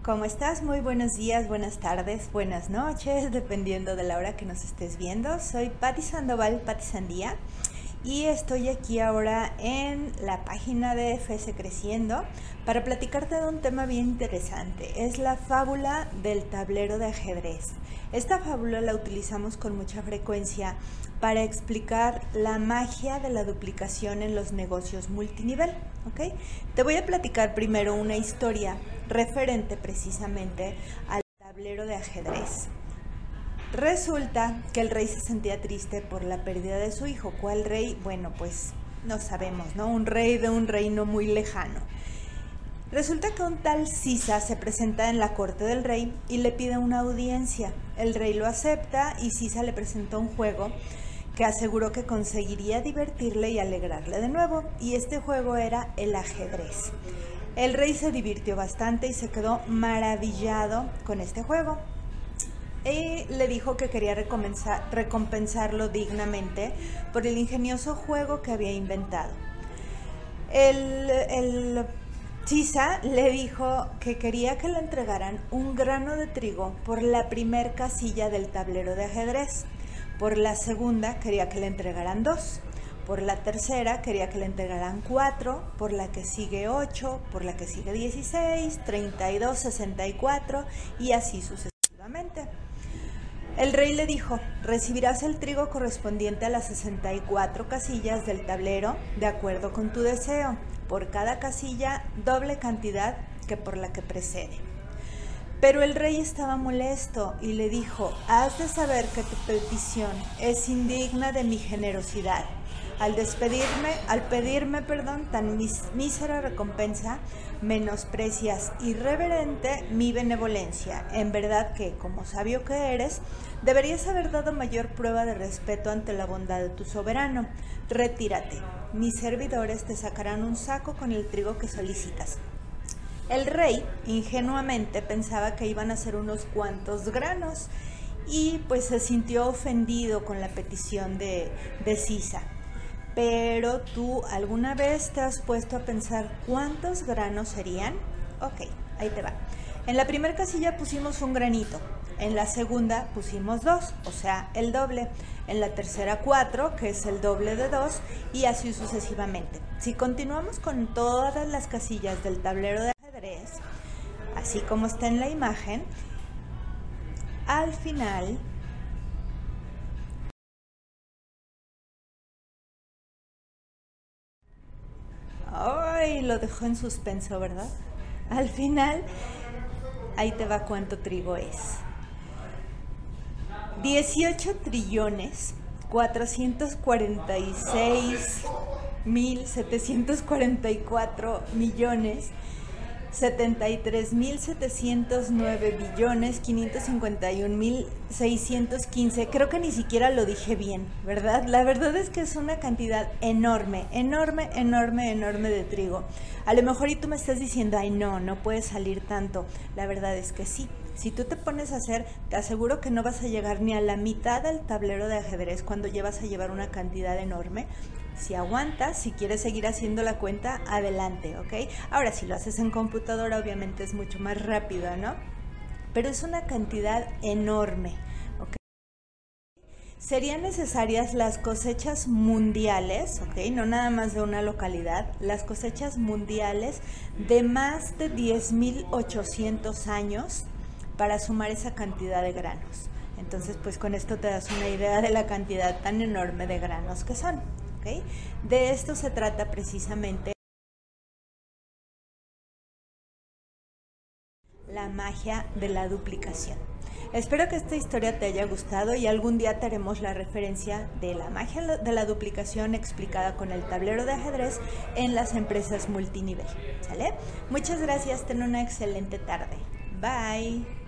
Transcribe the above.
¿Cómo estás? Muy buenos días, buenas tardes, buenas noches, dependiendo de la hora que nos estés viendo. Soy Patti Sandoval, Patti Sandía, y estoy aquí ahora en la página de FS Creciendo para platicarte de un tema bien interesante. Es la fábula del tablero de ajedrez. Esta fábula la utilizamos con mucha frecuencia para explicar la magia de la duplicación en los negocios multinivel, ¿ok? Te voy a platicar primero una historia referente precisamente al tablero de ajedrez. Resulta que el rey se sentía triste por la pérdida de su hijo. ¿Cuál rey? Bueno, pues no sabemos, ¿no? Un rey de un reino muy lejano. Resulta que un tal Sisa se presenta en la corte del rey y le pide una audiencia. El rey lo acepta y Sisa le presentó un juego que aseguró que conseguiría divertirle y alegrarle de nuevo, y este juego era el ajedrez. El rey se divirtió bastante y se quedó maravillado con este juego. Y le dijo que quería recompensarlo dignamente por el ingenioso juego que había inventado. El Sisa le dijo que quería que le entregaran un grano de trigo por la primer casilla del tablero de ajedrez. Por la segunda quería que le entregaran 2. Por la tercera quería que le entregaran 4, por la que sigue 8, por la que sigue 16, 32, 64 y así sucesivamente. El rey le dijo: recibirás el trigo correspondiente a las 64 casillas del tablero de acuerdo con tu deseo. Por cada casilla, doble cantidad que por la que precede. Pero el rey estaba molesto y le dijo: has de saber que tu petición es indigna de mi generosidad. Al pedirme tan mísera recompensa, menosprecias irreverente mi benevolencia. En verdad que, como sabio que eres, deberías haber dado mayor prueba de respeto ante la bondad de tu soberano. Retírate. Mis servidores te sacarán un saco con el trigo que solicitas. El rey, ingenuamente, pensaba que iban a ser unos cuantos granos y pues se sintió ofendido con la petición de Sisa. Pero ¿tú alguna vez te has puesto a pensar cuántos granos serían? Ok, ahí te va. En la primera casilla pusimos un granito, en la segunda pusimos 2, o sea, el doble, en la tercera 4, que es el doble de 2, y así sucesivamente. Si continuamos con todas las casillas del tablero de ajedrez, así como está en la imagen, al final ¡ay! Lo dejó en suspenso, ¿verdad? Al final, ahí te va cuánto trigo es. 18 trillones 446 mil 744 millones 73.709 billones 551.615. Creo que ni siquiera lo dije bien, ¿verdad? La verdad es que es una cantidad enorme, enorme, enorme, enorme de trigo. A lo mejor y tú me estás diciendo: ay, no puede salir tanto. La verdad es que sí. Si tú te pones a hacer, te aseguro que no vas a llegar ni a la mitad del tablero de ajedrez cuando llevas a llevar una cantidad enorme. Si aguantas, si quieres seguir haciendo la cuenta, adelante, ¿ok? Ahora, si lo haces en computadora, obviamente es mucho más rápido, ¿no? Pero es una cantidad enorme, ¿ok? Serían necesarias las cosechas mundiales, ¿ok? No nada más de una localidad, las cosechas mundiales de más de 10.800 años para sumar esa cantidad de granos. Entonces, pues con esto te das una idea de la cantidad tan enorme de granos que son. ¿Okay? De esto se trata precisamente la magia de la duplicación. Espero que esta historia te haya gustado y algún día te haremos la referencia de la magia de la duplicación explicada con el tablero de ajedrez en las empresas multinivel. ¿Sale? Muchas gracias, ten una excelente tarde. Bye.